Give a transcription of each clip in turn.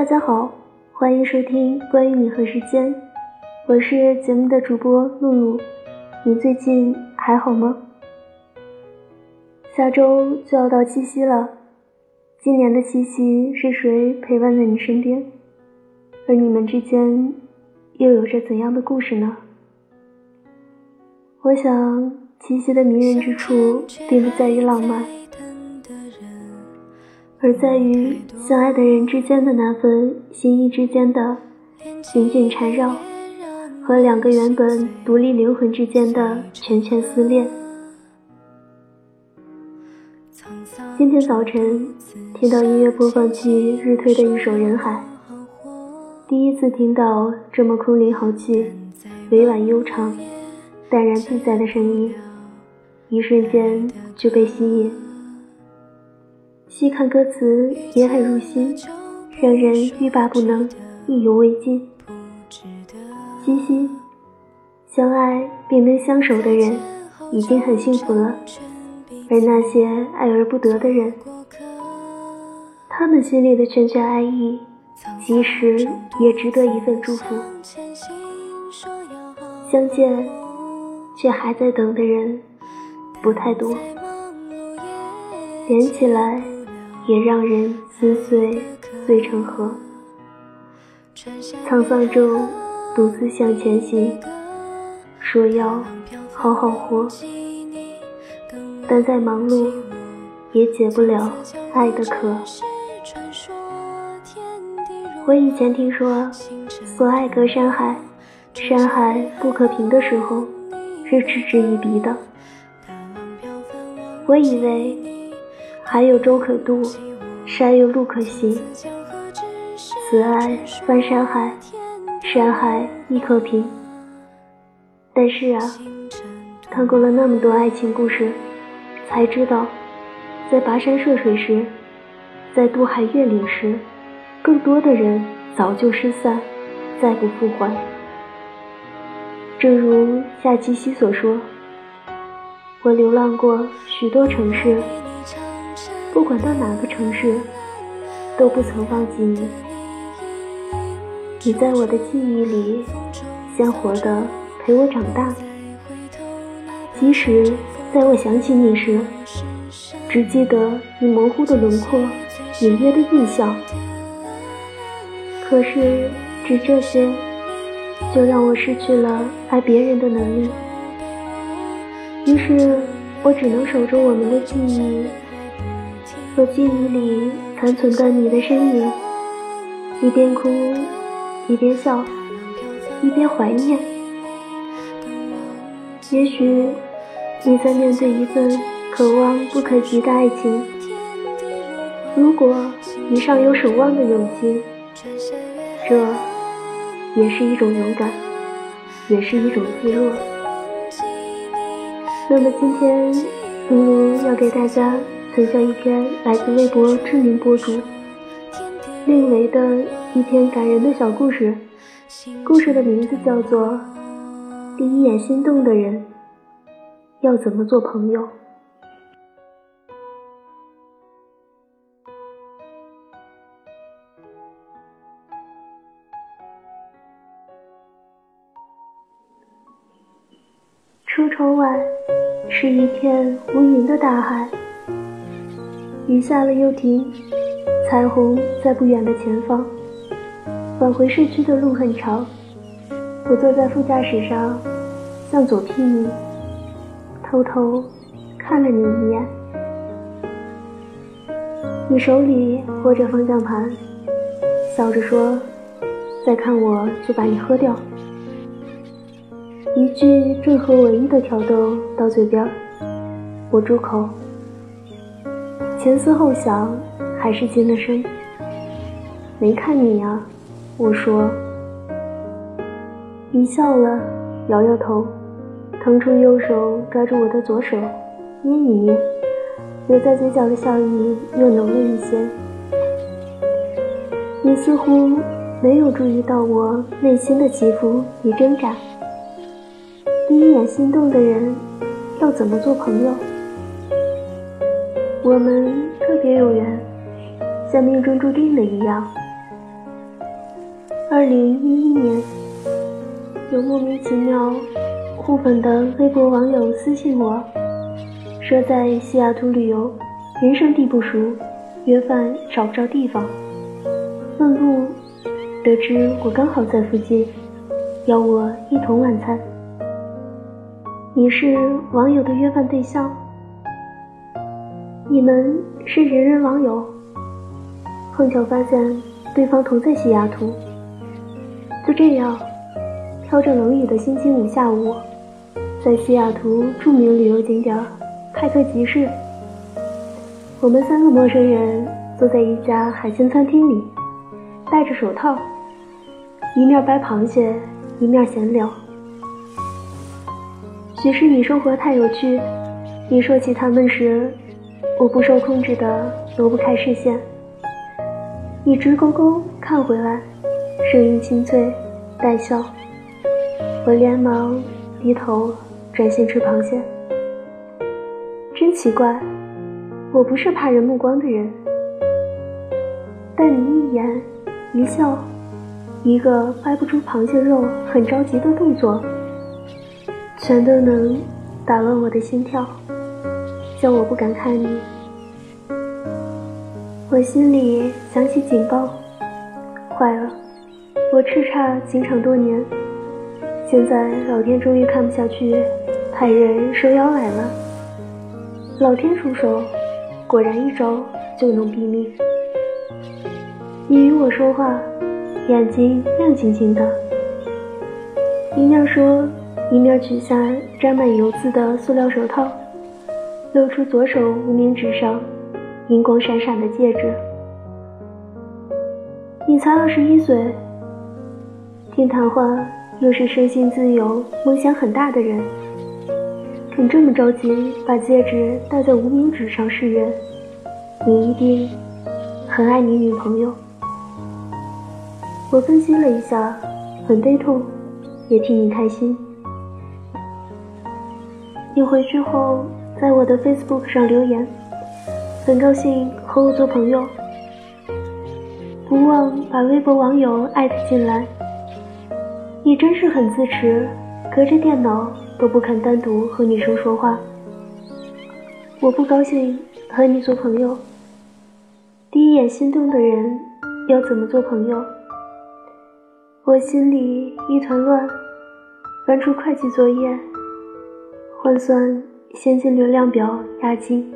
大家好，欢迎收听关于你和时间，我是节目的主播露露，你最近还好吗？下周就要到七夕了，今年的七夕是谁陪伴在你身边？而你们之间又有着怎样的故事呢？我想七夕的迷人之处并不在于浪漫，而在于相爱的人之间的那份心意之间的紧紧缠绕，和两个原本独立灵魂之间的拳拳撕裂。今天早晨听到音乐播放器日推的一首《人海》，第一次听到这么空灵豪气、委婉悠长、淡然自在的声音，一瞬间就被吸引。细看歌词也很入心，让人欲罢不能，意犹未尽。七夕，相爱并能相守的人已经很幸福了，而那些爱而不得的人，他们心里的拳拳爱意其实也值得一份祝福。相见却还在等的人不太多，连起来也让人撕碎碎成河。沧桑中独自向前行，说要好好活，但再忙碌也解不了爱的渴。我以前听说所爱隔山海，山海不可平的时候是嗤之以鼻的。我以为海有舟可渡，山有路可行，此爱翻山海，山海亦可平。但是啊，看过了那么多爱情故事，才知道在跋山涉水时，在渡海越岭时，更多的人早就失散，再不复还。正如夏七夕所说，我流浪过许多城市，不管到哪个城市，都不曾忘记你。你在我的记忆里鲜活地陪我长大，即使在我想起你时，只记得你模糊的轮廓，隐约的印象。可是只这些就让我失去了爱别人的能力，于是我只能守着我们的记忆和记忆里残存的你的身影，一边哭一边笑，一边怀念。也许你在面对一份可望不可及的爱情，如果你尚有守望的勇气，这也是一种勇敢，也是一种自若。那么今天露露要给大家分享一篇来自微博知名博主令维的一篇感人的小故事，故事的名字叫做第一眼心动的人要怎么做朋友。车窗外是一片无云的大海，雨下了又停，彩虹在不远的前方。返回市区的路很长，我坐在副驾驶上，向左睥睨，偷偷看了你一眼。你手里握着方向盘，笑着说，再看我就把你喝掉。一句正合我意的挑逗到嘴边，我住口，前思后想，还是轻了声，没看你啊，我说。你笑了，摇摇头，腾出右手抓住我的左手，捏一捏，留在嘴角的笑意又浓了一些。你似乎没有注意到我内心的起伏与挣扎。第一眼心动的人要怎么做朋友？我们特别有缘，像命中注定的一样， 2011年，有莫名其妙互粉的微博网友私信我，说在西雅图旅游，人生地不熟，约饭找不着地方。问路，得知我刚好在附近，邀我一同晚餐。你是网友的约饭对象，你们是人人网友，碰巧发现对方同在西雅图。就这样，飘着冷雨的星期五下午，在西雅图著名旅游景点派特集市，我们3个陌生人坐在一家海鲜餐厅里，戴着手套，一面掰螃蟹，一面闲聊。许是你生活太有趣，你说起他们时，我不受控制地挪不开视线。你直勾勾看回来，声音清脆带笑，我连忙低头专心吃螃蟹。真奇怪，我不是怕人目光的人，但你一言一笑，一个掰不出螃蟹肉很着急的动作，全都能打乱我的心跳，叫我不敢看你。我心里响起警报，坏了，我叱咤警场多年，现在老天终于看不下去，派人收妖来了。老天出手，果然一招就能毙命。你与我说话，眼睛亮晶晶的，一面说一面取下沾满油渍的塑料手套，露出左手无名指上银光闪闪的戒指。你才21岁，听谈话又是生性自由梦想很大的人，肯这么着急把戒指戴在无名指上示人，你一定很爱你女朋友。我分析了一下，很悲痛，也替你开心。你回去后在我的 Facebook 上留言，很高兴和我做朋友，不忘把微博网友艾特进来。你真是很自持，隔着电脑都不肯单独和女生说话。我不高兴和你做朋友，第一眼心动的人要怎么做朋友？我心里一团乱，翻出会计作业，换算现金流量表押金。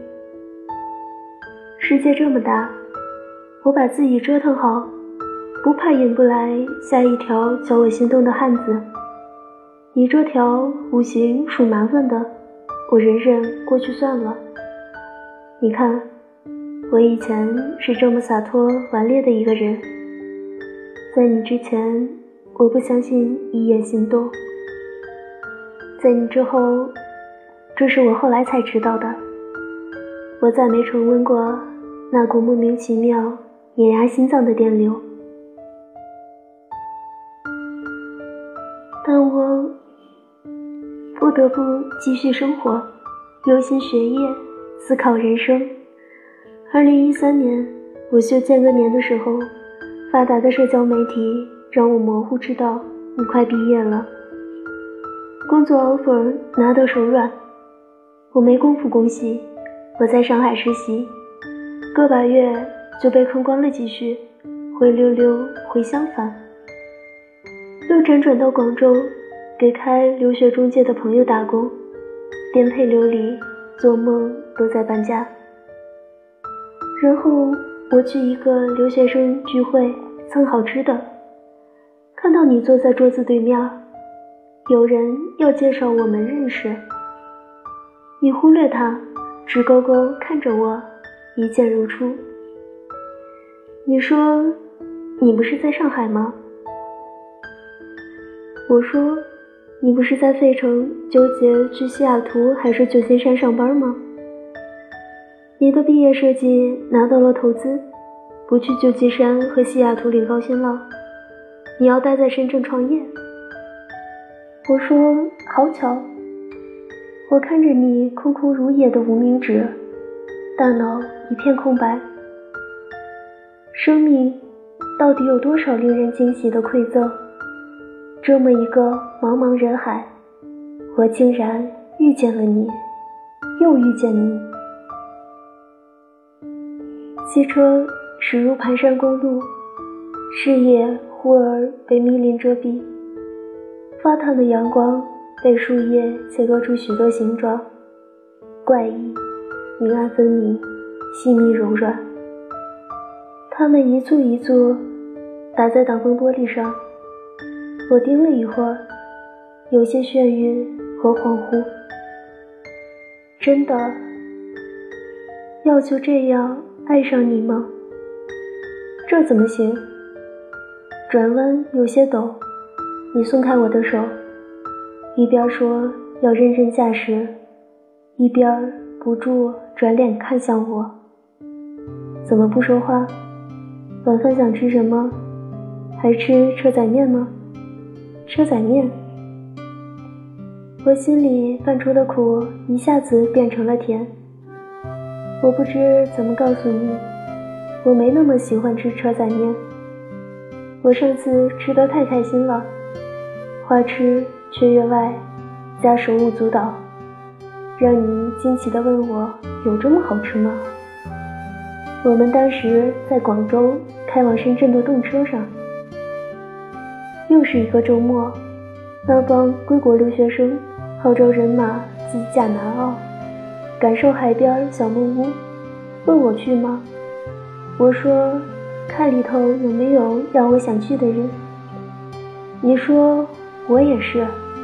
世界这么大，我把自己折腾好，不怕引不来下一条叫我心动的汉子。你这条五行属麻烦的，我忍忍过去算了。你看，我以前是这么洒脱顽劣的一个人，在你之前，我不相信一眼心动，在你之后，这是我后来才知道的。我再没重温过那股莫名其妙碾压心脏的电流，但我不得不继续生活，忧心学业，思考人生。2013年，我休间隔年的时候，发达的社交媒体让我模糊知道你快毕业了，工作 offer 拿到手软。我没工夫恭喜，我在上海实习，个把月就被坑光了积蓄，灰溜溜回襄樊，又辗转到广州，给开留学中介的朋友打工，颠沛流离，做梦都在搬家。然后我去一个留学生聚会蹭好吃的，看到你坐在桌子对面，有人要介绍我们认识，你忽略他，直勾勾看着我，一见如初。你说你不是在上海吗？我说你不是在费城纠结去西雅图还是旧金山上班吗？你的毕业设计拿到了投资，不去旧金山和西雅图领高薪了，你要待在深圳创业。我说好巧，我看着你空空如也的无名指，大脑一片空白。生命到底有多少令人惊喜的馈赠？这么一个茫茫人海，我竟然遇见了你，又遇见你。汽车驶入盘山公路，视野忽而被密林遮蔽，发烫的阳光被树叶切割出许多形状，怪异、明暗分明，细密柔软。它们一簇一簇打在挡风玻璃上，我盯了一会儿，有些眩晕和恍惚。真的要就这样爱上你吗？这怎么行？转弯有些陡，你松开我的手，一边说要认真驾驶，一边不住转脸看向我。怎么不说话？晚饭想吃什么？还吃车仔面吗？车仔面。我心里泛出的苦一下子变成了甜。我不知怎么告诉你，我没那么喜欢吃车仔面。我上次吃得太开心了，花痴雀跃外加手舞足蹈，让你惊奇地问我有这么好吃吗？我们当时在广州开往深圳的动车上，又是一个周末，那帮归国留学生号召人马自驾南澳，感受海边小木屋，问我去吗？我说看里头有没有让我想去的人。你说我也是。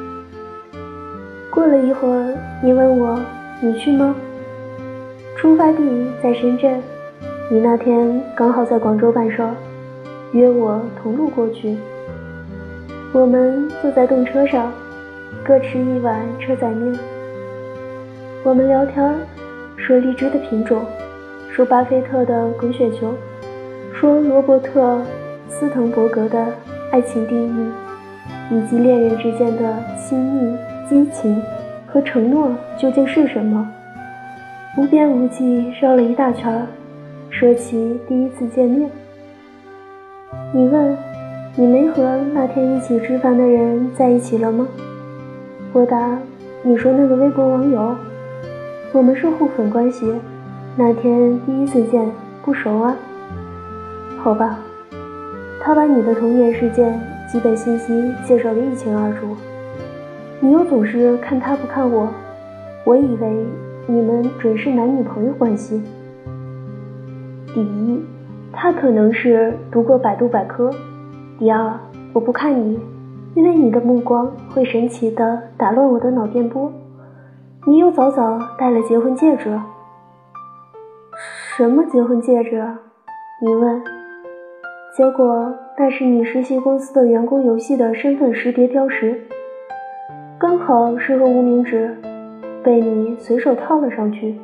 过了一会儿，你问我你去吗？出发地在深圳，你那天刚好在广州办事儿，约我同路过去。我们坐在动车上，各吃一碗车仔面。我们聊天，说荔枝的品种，说巴菲特的滚雪球，说罗伯特斯滕伯格的爱情定义，以及恋人之间的亲密、激情和承诺究竟是什么。无边无际绕了一大圈，说起第一次见面。你问你没和那天一起吃饭的人在一起了吗？我答你说那个微博网友，我们是互粉关系，那天第一次见不熟啊。好吧，他把你的童年事件基本信息介绍得一清二楚，你又总是看他不看我，我以为你们准是男女朋友关系。第一，他可能是读过百度百科。第二，我不看你，因为你的目光会神奇地打乱我的脑电波。你又早早戴了结婚戒指。什么结婚戒指？你问。结果那是你实习公司的员工游戏的身份识别标识，刚好是个无名指，被你随手套了上去。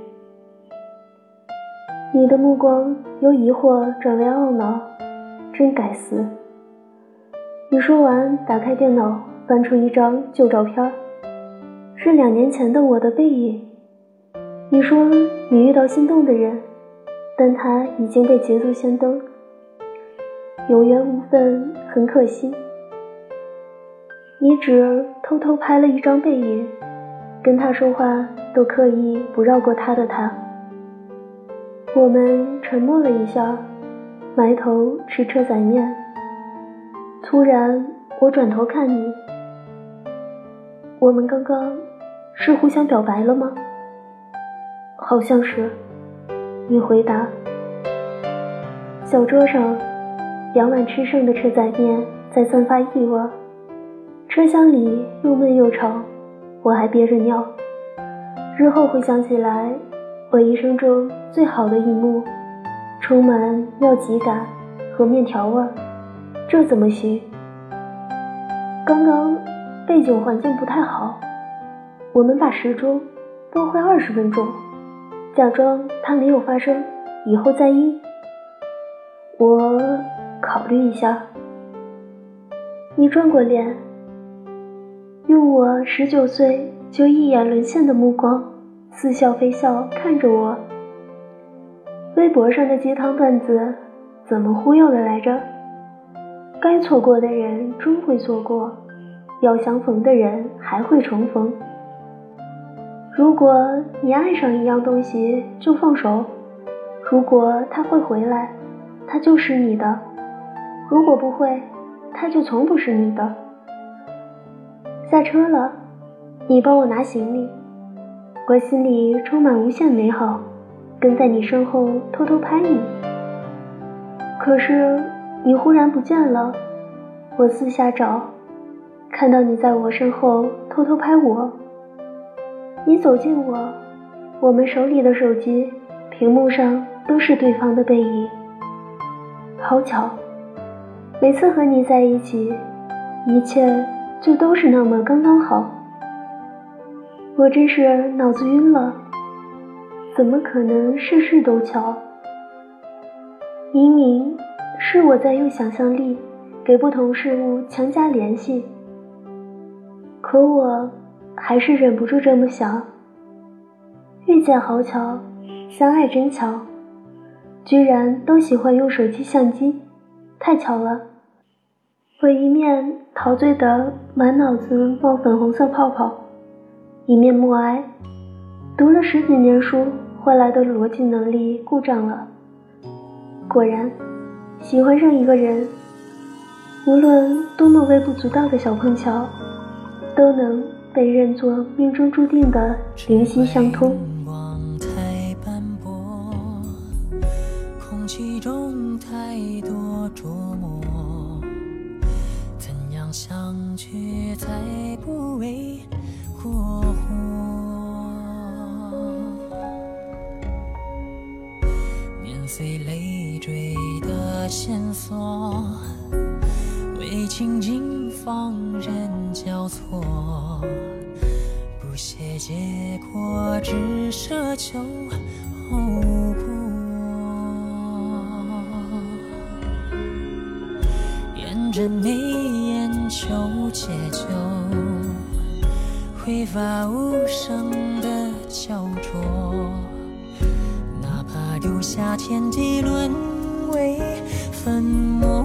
你的目光由疑惑转为懊恼，真该死。你说完，打开电脑，翻出一张旧照片，是2年前的我的背影。你说你遇到心动的人，但他已经被捷足先登，有缘无分，很可惜。你只偷偷拍了一张背影，跟他说话都刻意不绕过他的他。我们沉默了一下，埋头吃车仔面。突然我转头看你，我们刚刚是互相表白了吗？好像是，你回答。小桌上2碗吃剩的车仔面在散发异味，车厢里又闷又吵，我还憋着尿。日后回想起来，我一生中最好的一幕，充满尿急感和面条味，这怎么行？刚刚背景环境不太好，我们把时钟拨回20分钟，假装它没有发生，以后再议。我考虑一下。你转过脸，用我19岁就一眼沦陷的目光似笑非笑看着我。微博上的鸡汤段子怎么忽悠的来着？ 该错过的人终会错过，要相逢的人还会重逢。如果你爱上一样东西就放手，如果他会回来，他就是你的；如果不会，他就从不是你的。下车了，你帮我拿行李，我心里充满无限美好，跟在你身后偷偷拍你。可是你忽然不见了，我四下找，看到你在我身后偷偷拍我。你走近我们手里的手机屏幕上都是对方的背影。好巧，每次和你在一起，一切就都是那么刚刚好。我真是脑子晕了，怎么可能事事都巧？明明是我在用想象力给不同事物强加联系，可我还是忍不住这么想。遇见好巧，相爱真巧，居然都喜欢用手机相机，太巧了。我一面陶醉得满脑子冒粉红色泡泡，一面默哀，读了10几年书换来的逻辑能力故障了。果然，喜欢上一个人，无论多么微不足道的小碰巧，都能被认作命中注定的灵犀相通。空气中太多琢磨，怎样相聚才不为过火？年岁累赘的线索，为情境放任交错，不屑结果，只奢求后果。沿着眉眼求解救，挥发无声的焦灼，哪怕丢下天地沦为粉末。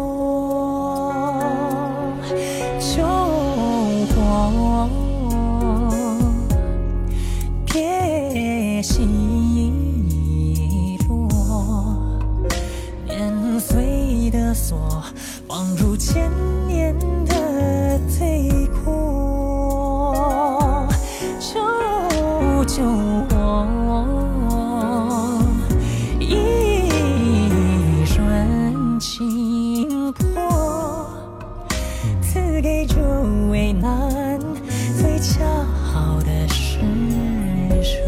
救火，别熄落，年岁的锁放入千年的罪过。救我，一瞬情破，赐给这为难最恰好的施舍。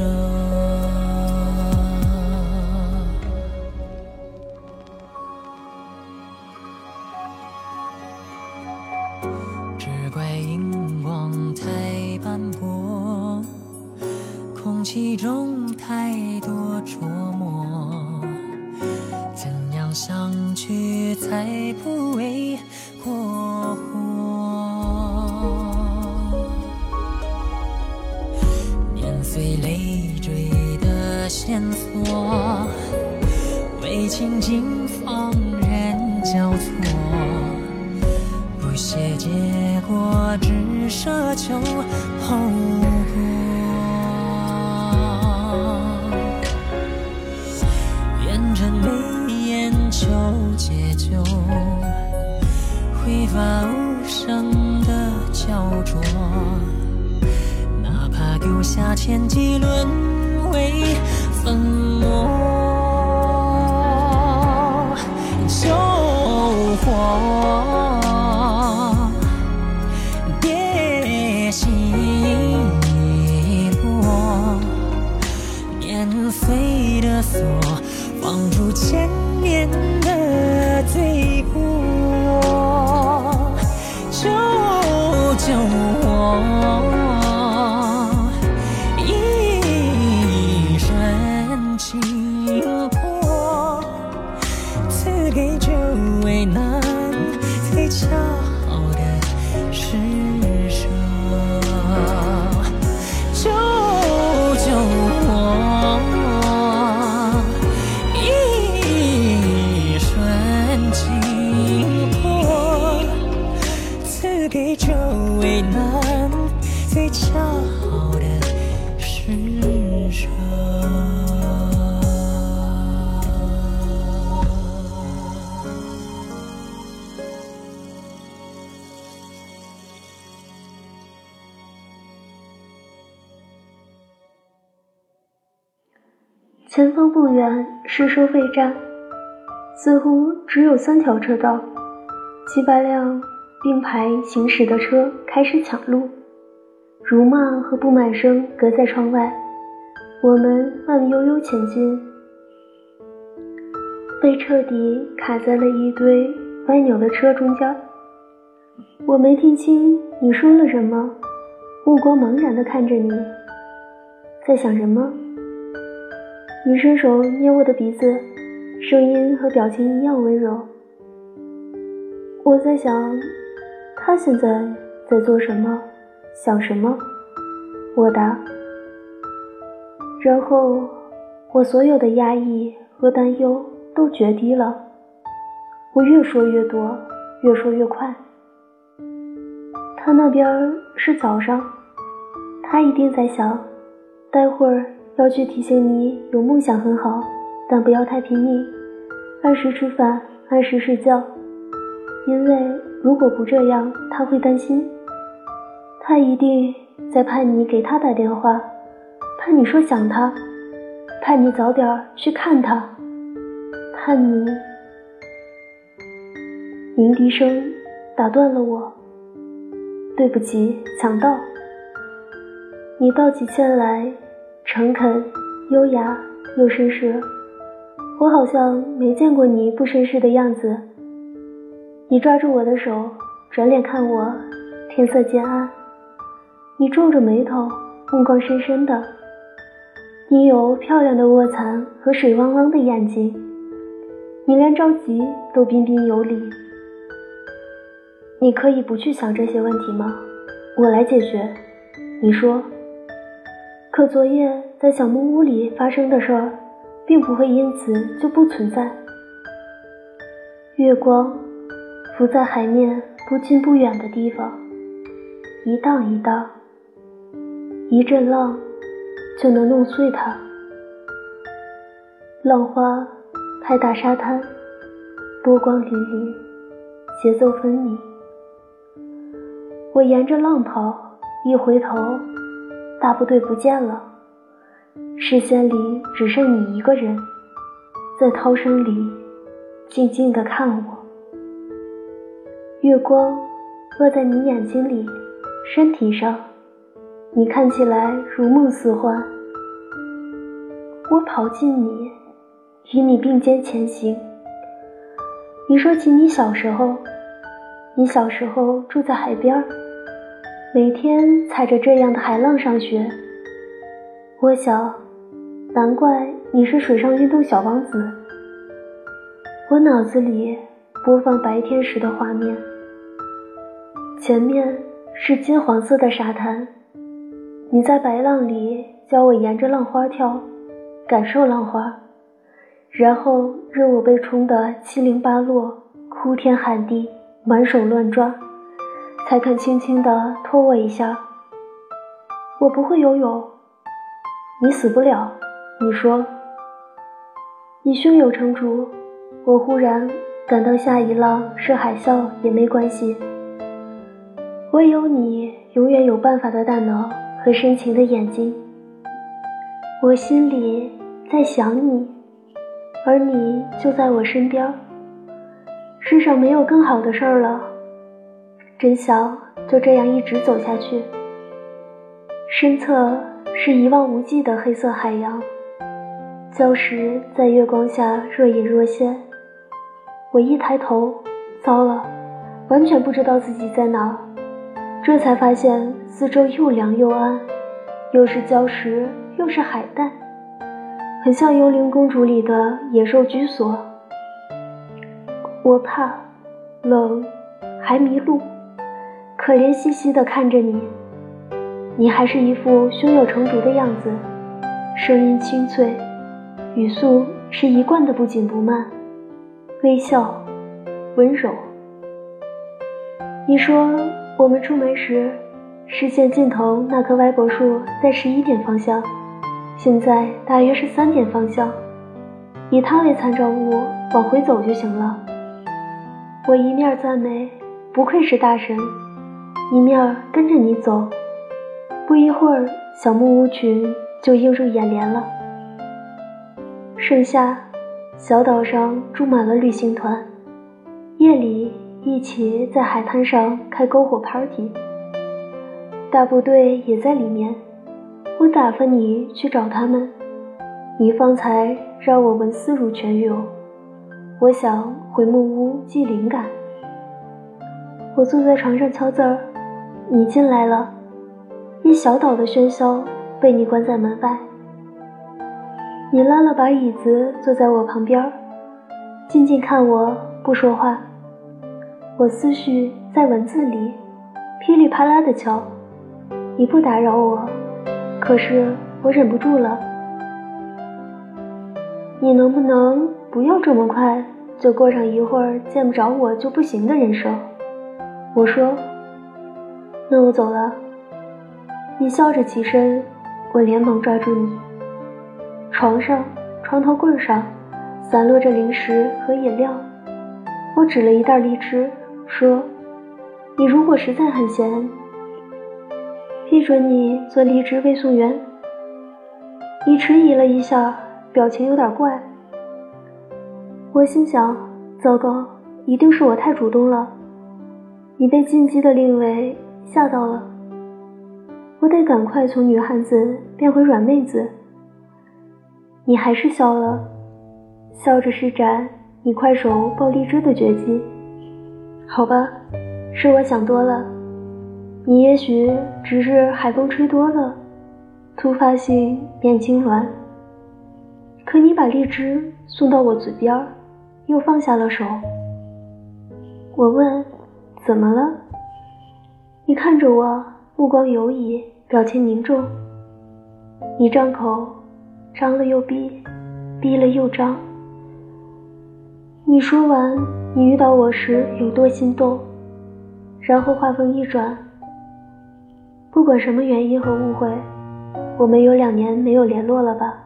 只怪荧光太斑驳，空气中太多琢磨，怎样相聚才不为过火？年岁累赘的线索，为情境放任交错，不屑结果，只奢求后果。沿着眉眼求解救，挥发无声的焦灼，哪怕丢下天地沦为粉末。救火，别熄落，年岁的锁放入千年的罪过。救我，一瞬情破，赐给这为难最恰好的施舍。救我，一瞬情破， 前方不远是收费站，似乎只有3条车道，7、8辆并排行驶的车开始抢路，辱骂和不满声隔在窗外。我们慢悠悠前进，被彻底卡在了一堆歪扭的车中间。我没听清你说了什么，目光茫然地看着你，在想什么？你伸手捏我的鼻子，声音和表情一样温柔。我在想，他现在在做什么，想什么？我答。然后，我所有的压抑和担忧都决堤了。我越说越多，越说越快。他那边是早上，他一定在想，待会儿要去提醒你有梦想很好，但不要太拼命，按时吃饭，按时睡觉，因为如果不这样，他会担心。他一定在盼你给他打电话，盼你说想他，盼你早点去看他，盼你……鸣笛声打断了我。对不起，强盗。你道起歉来，诚恳、优雅又绅士，我好像没见过你不绅士的样子。你抓住我的手，转脸看我，天色渐暗。你皱着眉头，目光深深的。你有漂亮的卧蚕和水汪汪的眼睛，你连着急都彬彬有礼。你可以不去想这些问题吗？我来解决。你说。可昨夜在小木屋里发生的事儿，并不会因此就不存在。月光浮在海面不近不远的地方，一荡一荡，一阵浪就能弄碎它。浪花拍打沙滩，波光粼粼，节奏分明。我沿着浪跑，一回头，大部队不见了，视线里只剩你一个人，在涛声里静静地看我。月光落在你眼睛里，身体上，你看起来如梦似幻。我跑近你，与你并肩前行。你说起你小时候，你小时候住在海边，每天踩着这样的海浪上学。我想，难怪你是水上运动小王子。我脑子里播放白天时的画面，前面是金黄色的沙滩，你在白浪里教我沿着浪花跳，感受浪花，然后任我被冲得七零八落，哭天喊地，满手乱抓，才肯轻轻地拖我一下。我不会游泳。你死不了，你说。你胸有成竹，我忽然感到下一浪是海啸也没关系。唯有你永远有办法的大脑和深情的眼睛。我心里在想你，而你就在我身边。世上没有更好的事儿了，真想就这样一直走下去。身侧是一望无际的黑色海洋，礁石在月光下若隐若现。我一抬头，糟了，完全不知道自己在哪，这才发现四周又凉又暗，又是礁石，又是海带，很像幽灵公主里的野兽居所。我怕冷，还迷路，可怜兮兮地看着你。你还是一副胸有成竹的样子，声音清脆，语速是一贯的不紧不慢，微笑，温柔。你说我们出门时，视线尽头那棵歪脖树在11点方向，现在大约是3点方向，以它为参照物往回走就行了。我一面赞美不愧是大神，一面跟着你走。不一会儿，小木屋群就映入眼帘了。 盛夏，小岛上住满了旅行团，夜里一起在海滩上开篝火 party。大部队也在里面，我打发你去找他们，你方才让我文思如泉涌，我想回木屋记灵感。我坐在床上敲字儿，你进来了，一小岛的喧嚣被你关在门外。你拉了把椅子坐在我旁边，静静看我，不说话。我思绪在文字里噼里啪啦地敲，你不打扰我，可是我忍不住了。你能不能不要这么快就过上一会儿见不着我就不行的人生？我说，那我走了。你笑着起身，我连忙抓住你。床上，床头柜上散落着零食和饮料，我指了一袋荔枝，说，你如果实在很闲，批准你做荔枝背诵员。你迟疑了一下，表情有点怪。我心想，糟糕，一定是我太主动了，你被禁忌的令位吓到了。我得赶快从女汉子变回软妹子。你还是笑了，笑着施展你快手抱荔枝的绝技。好吧，是我想多了，你也许只是海风吹多了，突发性变痉挛。可你把荔枝送到我嘴边，又放下了手。我问，怎么了？你看着我，目光游移，表情凝重。你张口，张了又闭，闭了又张。你说完你遇到我时有多心动，然后话锋一转，不管什么原因和误会，我们有2年没有联络了吧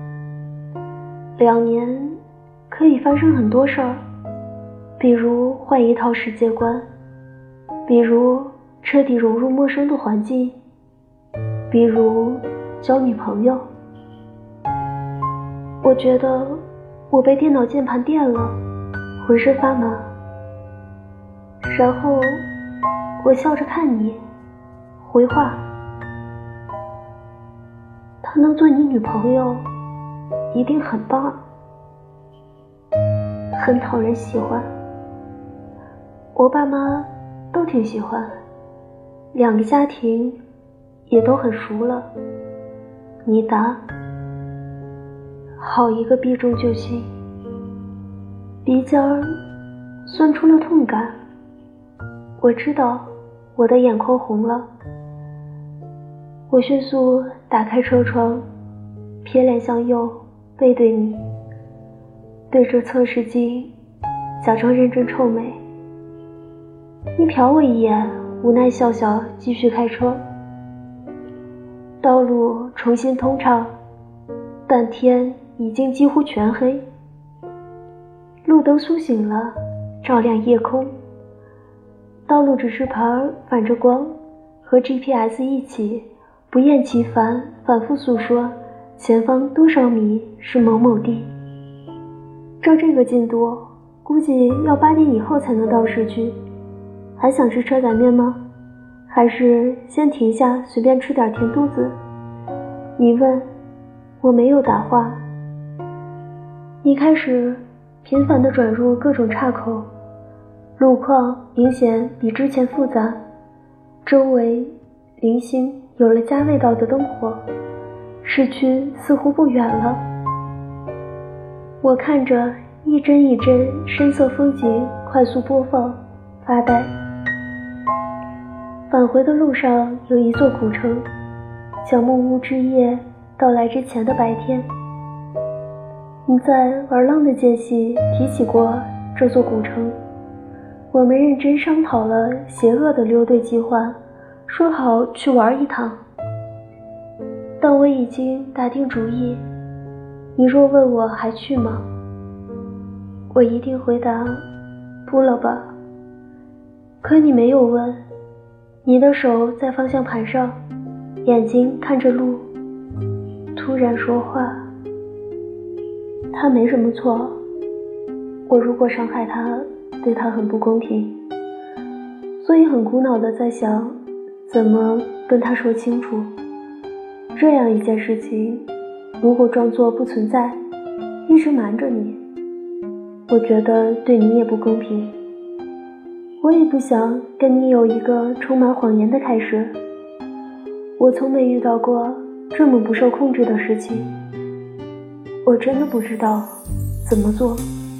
？2年可以发生很多事儿，比如换一套世界观，比如彻底融入陌生的环境，比如交女朋友。我觉得我被电脑键盘电了，浑身发麻。然后我笑着看你，回话，她能做你女朋友一定很棒，很讨人喜欢。我爸妈都挺喜欢，2个家庭也都很熟了。你答，好一个避重就轻。鼻尖儿酸出了痛感，我知道我的眼眶红了。我迅速打开车窗，撇脸向右，背对你，对着测试镜假装认真臭美。你瞟我一眼，无奈笑笑，继续开车。道路重新通畅，但天已经几乎全黑。路灯苏醒了，照亮夜空。道路指示牌反着光，和 GPS 一起不厌其烦反复诉说前方多少米是某某地。照这个进度，估计要8点以后才能到市区。还想吃车仔面吗？还是先停下随便吃点填肚子？你问，我没有答话。你开始频繁地转入各种岔口，路况明显比之前复杂，周围零星有了加味道的灯火，市区似乎不远了。我看着一帧一帧深色风景快速播放，发呆。返回的路上有一座古城，像木屋之夜到来之前的白天。你在玩浪的间隙提起过这座古城，我们认真商讨了邪恶的溜队计划，说好去玩一趟。但我已经打定主意，你若问我还去吗？我一定回答不了吧。可你没有问，你的手在方向盘上，眼睛看着路，突然说话。 他没什么错，我如果伤害他，对他很不公平，所以很苦恼地在想怎么跟他说清楚。这样一件事情，如果装作不存在，一直瞒着你，我觉得对你也不公平。我也不想跟你有一个充满谎言的开始。我从没遇到过这么不受控制的事情，我真的不知道怎么做。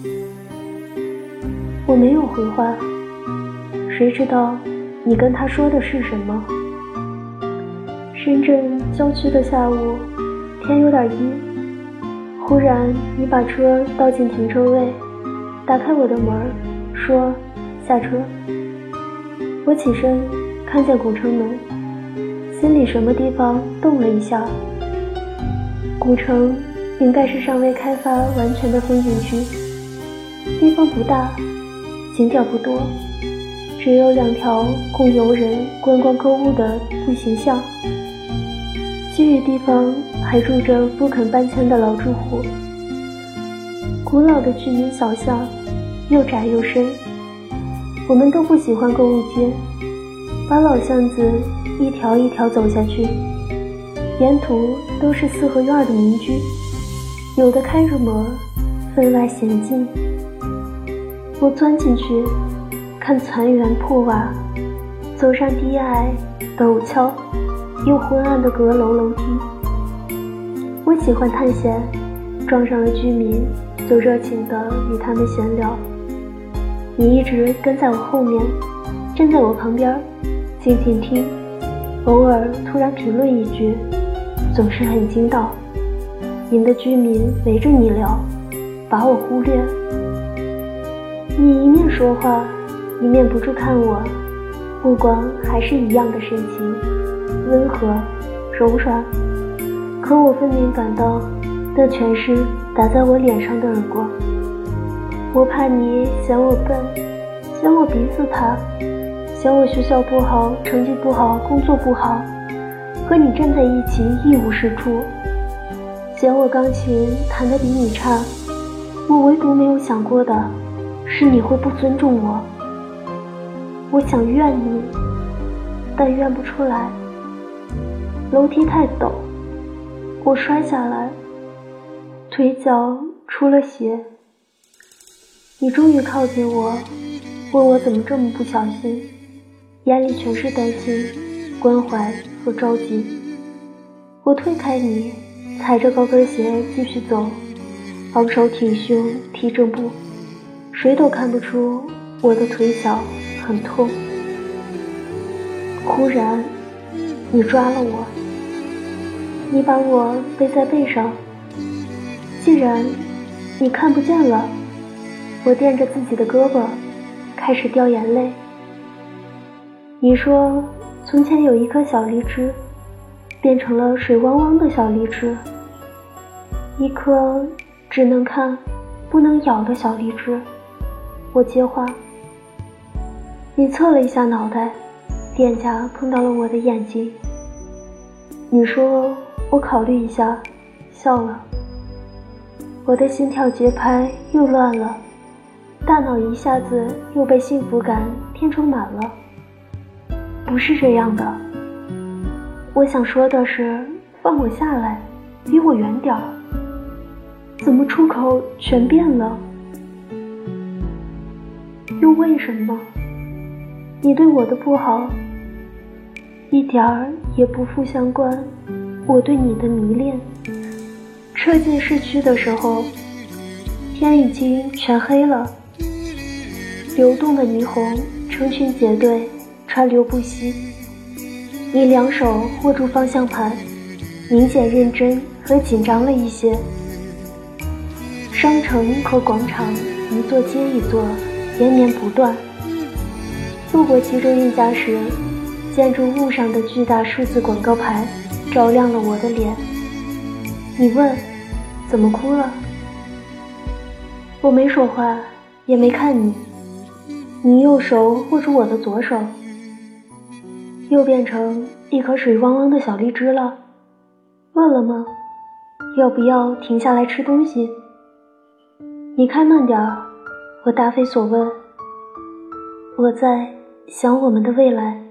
我没有回话，谁知道你跟他说的是什么？深圳郊区的下午，天有点阴，忽然你把车倒进停车位，打开我的门，说下车。我起身看见古城门，心里什么地方动了一下。古城应该是尚未开发完全的风景区，地方不大，景点不多，只有2条供游人观光购物的步行巷，其余地方还住着不肯搬迁的老住户。古老的居民小巷又窄又深，我们都不喜欢购物街，把老巷子一条一条走下去，沿途都是四合院的民居，有的开着门，分外娴静。我钻进去，看残垣破瓦，走上低矮、陡峭又昏暗的阁楼楼梯。我喜欢探险，撞上了居民，就热情地与他们闲聊。你一直跟在我后面，站在我旁边，静静听，偶尔突然评论一句，总是很精到。您的居民围着你聊，把我忽略。你一面说话，一面不住看我，目光还是一样的深情、温和、柔软，可我分明感到那全是打在我脸上的耳光。我怕你嫌我笨，嫌我鼻子塌，嫌我学校不好，成绩不好，工作不好，和你站在一起一无是处，嫌我钢琴弹得比你差。我唯独没有想过的是你会不尊重我。我想怨你，但怨不出来。楼梯太陡，我摔下来，腿脚出了血。你终于靠近我，问我怎么这么不小心，眼里全是担心、关怀和着急。我推开你，踩着高跟鞋继续走，昂首挺胸，踢正步，谁都看不出我的腿脚很痛。忽然你抓了我，你把我背在背上。既然你看不见了，我垫着自己的胳膊开始掉眼泪。你说从前有一颗小荔枝变成了水汪汪的小荔枝，一颗只能看不能咬的小荔枝。我接话。你侧了一下脑袋，脸颊碰到了我的眼睛。你说我考虑一下，笑了。我的心跳节拍又乱了，大脑一下子又被幸福感填充满了。不是这样的，我想说的是，放我下来，离我远点儿。怎么出口全变了？又为什么？你对我的不好，一点儿也不负相关我对你的迷恋。车进市区的时候，天已经全黑了，流动的霓虹成群结队，川流不息。你两手握住方向盘，明显认真和紧张了一些。商城和广场一座接一座，连绵不断。路过其中一家时，建筑物上的巨大数字广告牌照亮了我的脸。你问怎么哭了？我没说话，也没看你。你右手握住我的左手，又变成一颗水汪汪的小荔枝了。饿了吗？要不要停下来吃东西？ 你开慢点儿，我答非所问。我在想我们的未来。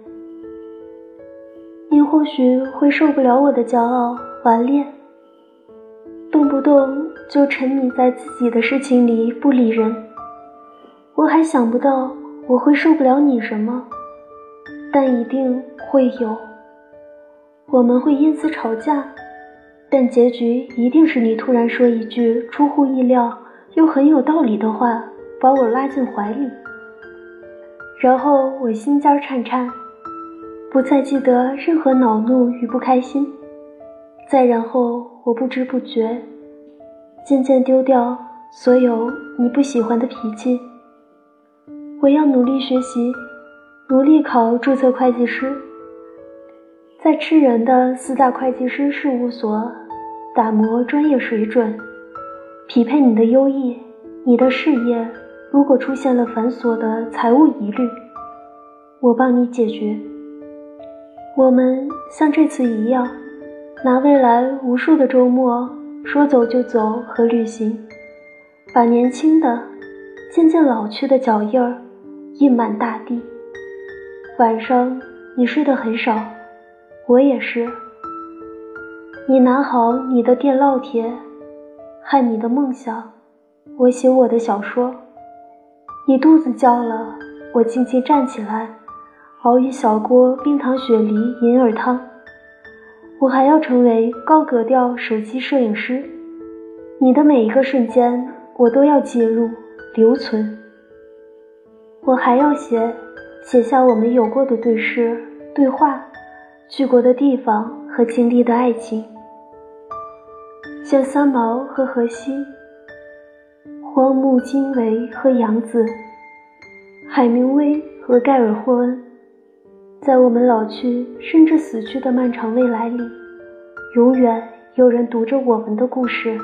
你或许会受不了我的骄傲顽劣，动不动就沉迷在自己的事情里不理人。我还想不到我会受不了你什么，但一定会有。我们会因此吵架，但结局一定是你突然说一句出乎意料又很有道理的话，把我拉进怀里，然后我心尖颤颤，不再记得任何恼怒与不开心。再然后我不知不觉渐渐丢掉所有你不喜欢的脾气。我要努力学习，努力考注册会计师，在吃人的4大会计师事务所打磨专业水准，匹配你的优异。你的事业如果出现了繁琐的财务疑虑，我帮你解决。我们像这次一样，拿未来无数的周末说走就走和旅行，把年轻的渐渐老去的脚印儿印满大地。晚上你睡得很少，我也是。你拿好你的电烙铁和你的梦想，我写我的小说。你肚子叫了，我静静站起来，熬一小锅冰糖雪梨银耳汤。我还要成为高格调手机摄影师，你的每一个瞬间我都要记录留存。我还要写下我们有过的对视对话，去过的地方和经历的爱情，像三毛和荷西，荒木经惟和杨子，海明威和盖尔霍恩。在我们老去甚至死去的漫长未来里，永远有人读着我们的故事。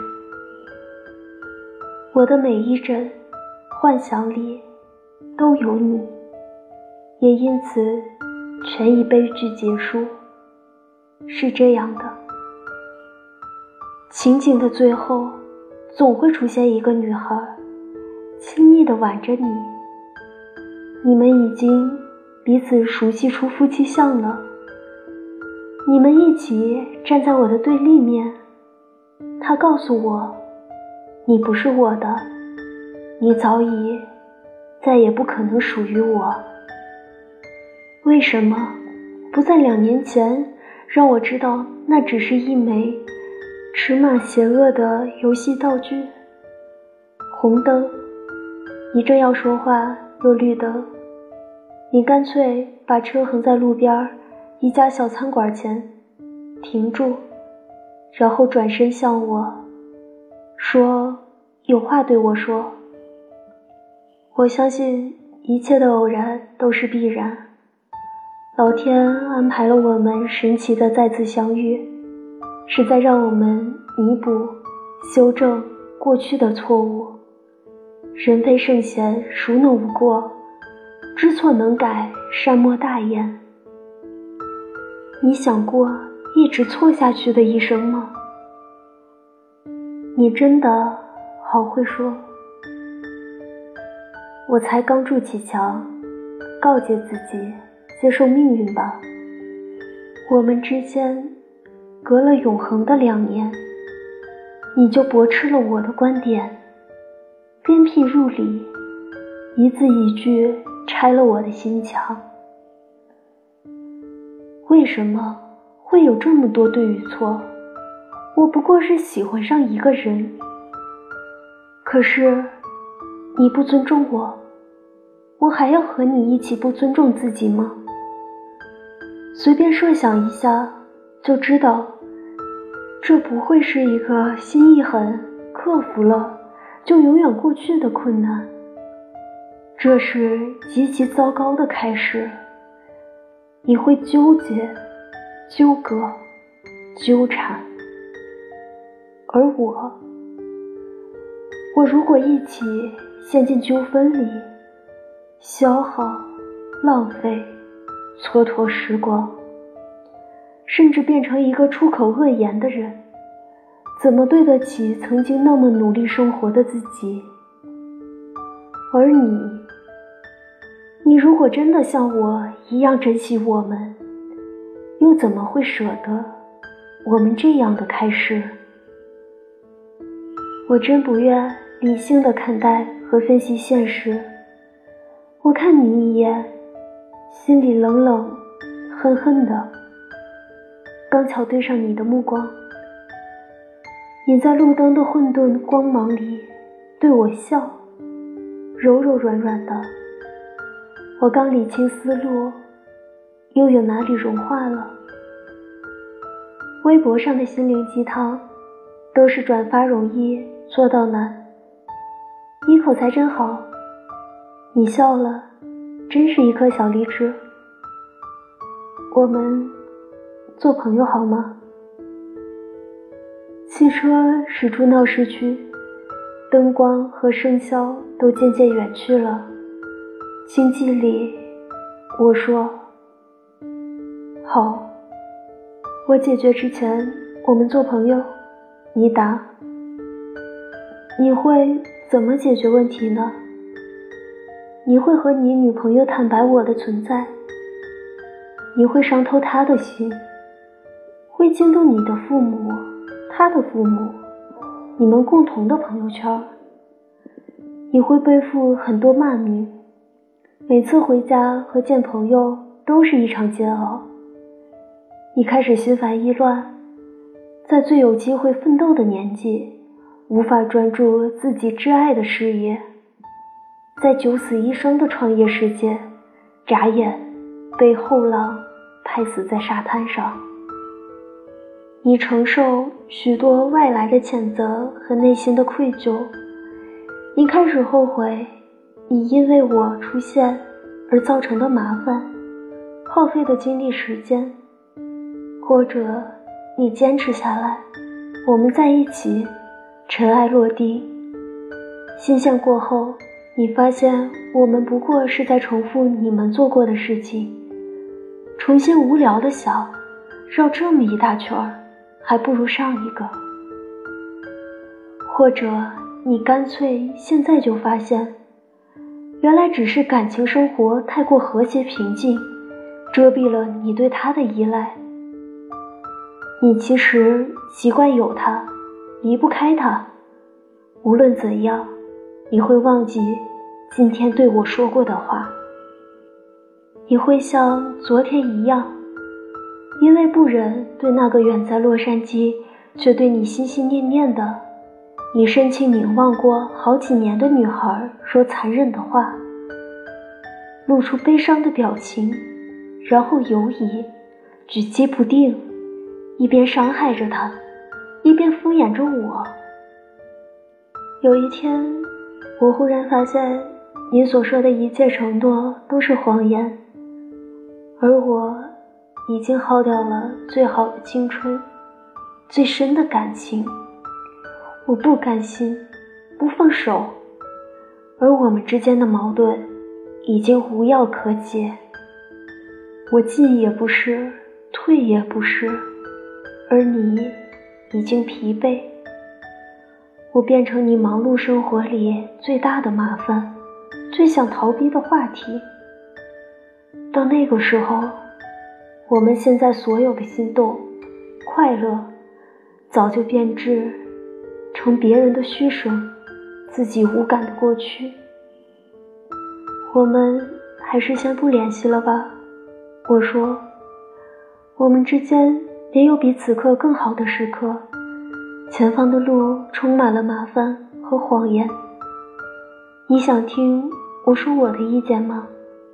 我的每一帧幻想里都有你，也因此全以悲剧结束。是这样的，情景的最后总会出现一个女孩，亲昵地挽着你，你们已经彼此熟悉出夫妻相了。你们一起站在我的对立面，他告诉我，你不是我的，你早已再也不可能属于我。为什么不在2年前让我知道那只是一枚尺码邪恶的游戏道具？红灯，你正要说话，又绿灯，你干脆把车横在路边一家小餐馆前停住，然后转身向我说，有话对我说。我相信一切的偶然都是必然，老天安排了我们神奇的再次相遇，是在让我们弥补修正过去的错误。人非圣贤，孰能无过？知错能改，善莫大焉。你想过一直错下去的一生吗？你真的好会说。我才刚筑起墙，告诫自己接受命运吧。我们之间隔了永恒的2年，你就驳斥了我的观点，鞭辟入里，一字一句拆了我的心墙。为什么会有这么多对与错？我不过是喜欢上一个人，可是你不尊重我，我还要和你一起不尊重自己吗？随便设想一下就知道，这不会是一个心一狠克服了就永远过去的困难，这是极其糟糕的开始。你会纠结、纠葛、纠缠，而我如果一起陷进纠纷里，消耗、浪费、蹉跎时光，甚至变成一个出口恶言的人，怎么对得起曾经那么努力生活的自己？ 而你如果真的像我一样珍惜我们，又怎么会舍得我们这样的开始？我真不愿理性地看待和分析现实。我看你一眼，心里冷冷恨恨的，刚巧对上你的目光。你在路灯的混沌光芒里对我笑，柔柔软软的。我刚理清思路，又有哪里融化了？微博上的心灵鸡汤都是转发容易做到难。你口才真好，你笑了，真是一颗小荔枝。我们做朋友好吗？汽车驶出闹市区，灯光和声效都渐渐远去了。清寂里，我说好。我解决之前，我们做朋友。你答。你会怎么解决问题呢？你会和你女朋友坦白我的存在，你会伤透她的心，会惊动你的父母，她的父母，你们共同的朋友圈。你会背负很多骂名，每次回家和见朋友都是一场煎熬。你开始心烦意乱，在最有机会奋斗的年纪，无法专注自己挚爱的事业，在九死一生的创业世界，眨眼被后浪拍死在沙滩上。你承受许多外来的谴责和内心的愧疚，你开始后悔你因为我出现而造成的麻烦，耗费的精力时间，或者你坚持下来，我们在一起，尘埃落地。新鲜过后，你发现我们不过是在重复你们做过的事情，重新无聊的想，绕这么一大圈儿，还不如上一个。或者你干脆现在就发现，原来只是感情生活太过和谐平静，遮蔽了你对他的依赖。你其实习惯有他，离不开他。无论怎样，你会忘记今天对我说过的话。你会像昨天一样，因为不忍对那个远在洛杉矶却对你心心念念的，你深情凝望过好几年的女孩说残忍的话，露出悲伤的表情，然后犹疑，举棋不定，一边伤害着他，一边敷衍着我。有一天，我忽然发现你所说的一切承诺都是谎言，而我已经耗掉了最好的青春，最深的感情。我不甘心，不放手，而我们之间的矛盾已经无药可解。我进也不是，退也不是，而你已经疲惫。我变成你忙碌生活里最大的麻烦，最想逃避的话题。到那个时候，我们现在所有的心动、快乐，早就变质成别人的虚声，自己无感的过去。我们还是先不联系了吧，我说。我们之间也有比此刻更好的时刻，前方的路充满了麻烦和谎言。你想听我说我的意见吗？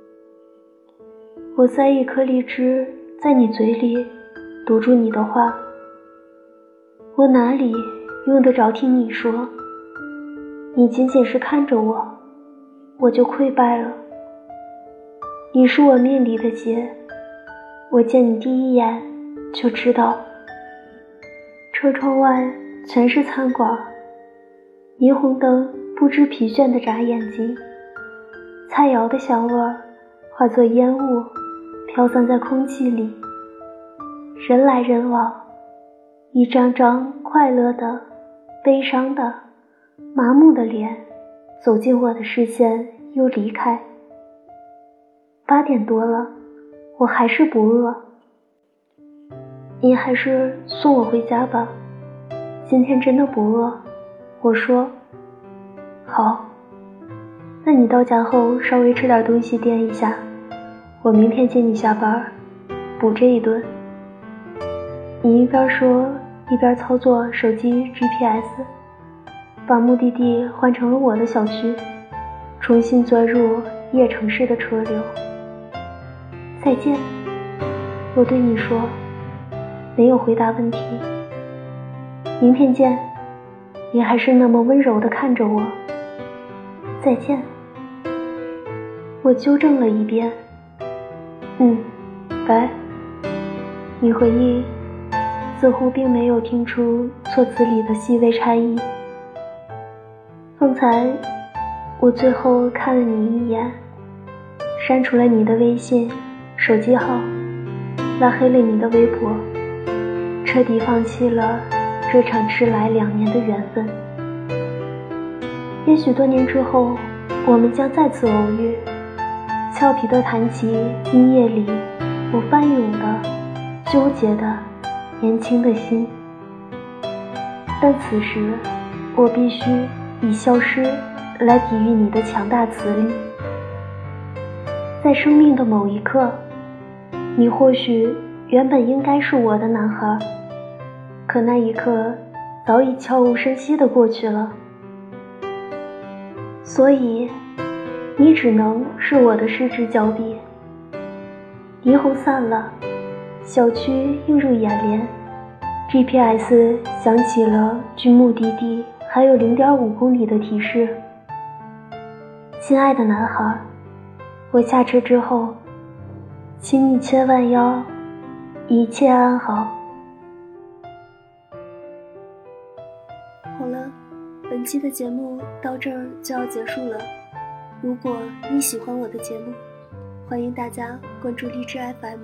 我塞一颗荔枝在你嘴里，堵住你的话。我哪里用得着听你说？你仅仅是看着我，我就溃败了。你是我命里的劫，我见你第一眼就知道。车窗外全是餐馆，霓虹灯不知疲倦地眨眼睛，菜肴的香味儿化作烟雾飘散在空气里。人来人往，一张张快乐的、悲伤的、麻木的脸走进我的视线又离开。8点多了，我还是不饿。你还是送我回家吧，今天真的不饿。我说好，那你到家后稍微吃点东西垫一下，我明天接你下班，补这一顿。你一边说一边操作手机 GPS， 把目的地换成了我的小区，重新钻入夜城市的车流。再见，我对你说，没有回答问题。明天见，你还是那么温柔地看着我。再见。我纠正了一遍。拜。你回忆，似乎并没有听出措辞里的细微差异。方才我最后看了你一眼，删除了你的微信、手机号，拉黑了你的微博，彻底放弃了这场迟来2年的缘分。也许多年之后，我们将再次偶遇，俏皮地谈起今夜里我翻涌的、纠结的、年轻的心。但此时，我必须以消失来抵御你的强大磁力。在生命的某一刻，你或许原本应该是我的男孩，可那一刻早已悄无声息地过去了。所以你只能是我的失之交臂。霓虹散了，小区映入眼帘， GPS 响起了距目的地还有 0.5 公里的提示。亲爱的男孩，我下车之后，请你千万要一切安好。好了，本期的节目到这儿就要结束了。如果你喜欢我的节目，欢迎大家关注荔枝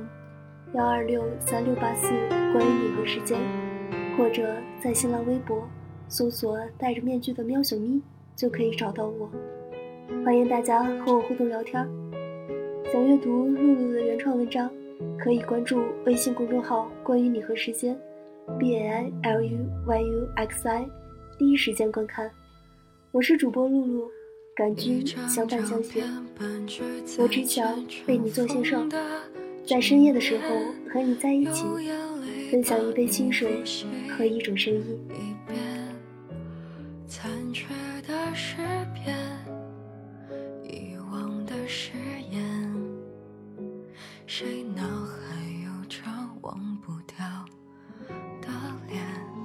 FM1263684关于你和时间，或者在新浪微博搜索戴着面具的喵小咪就可以找到我。欢迎大家和我互动聊天。想阅读露露的原创文章，可以关注微信公众号关于你和时间 BALUYUXI， 第一时间观看。我是主播露露，感君相伴相携。我只想为你做些事儿，在深夜的时候和你在一起，分享一杯清水和一种声音。残缺的诗篇，遗忘的誓言，谁脑海有着忘不掉的脸？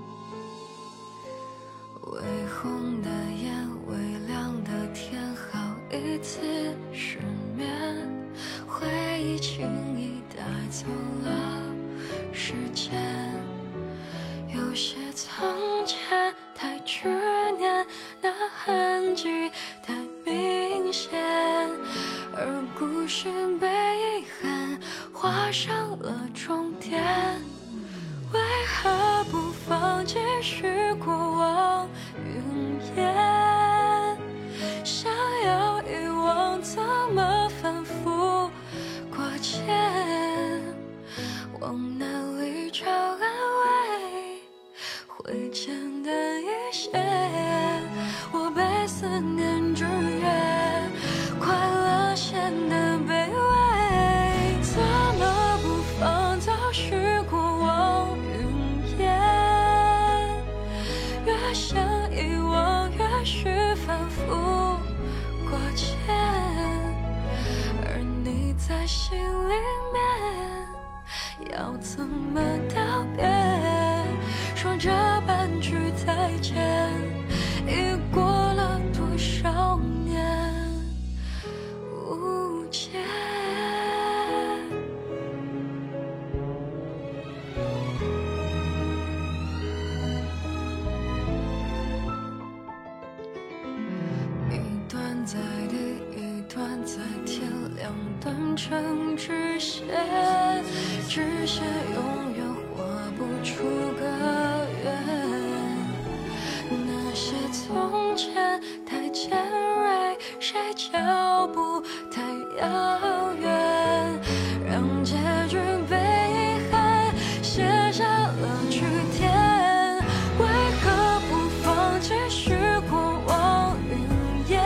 微红的眼，微亮的天，好一次失眠，回忆轻易带走了时间。有些从前太执念，那痕迹太明显，而故事被遗憾画上了终点。为何不放继续过往云烟？想要遗忘，怎么反复挂牵？往哪里找安慰？会简单一些。我被思念制约，快乐显得卑微。怎么不放走时过往云烟？越想遗忘，越是反复挂牵，而你在心里面要怎么道别？说这半句再见，已过了多少年无解。一段在地，一段在天，两段成直线，直线永远画不出个圆。那些从前太坚韧， 谁脚步太遥远，让结局被遗憾写下了句点。为何不放弃时过往云烟？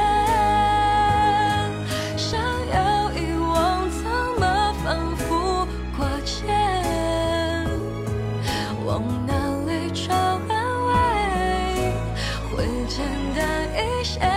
想要遗忘，怎么反复挂牵？往哪里找安慰？会简单一些。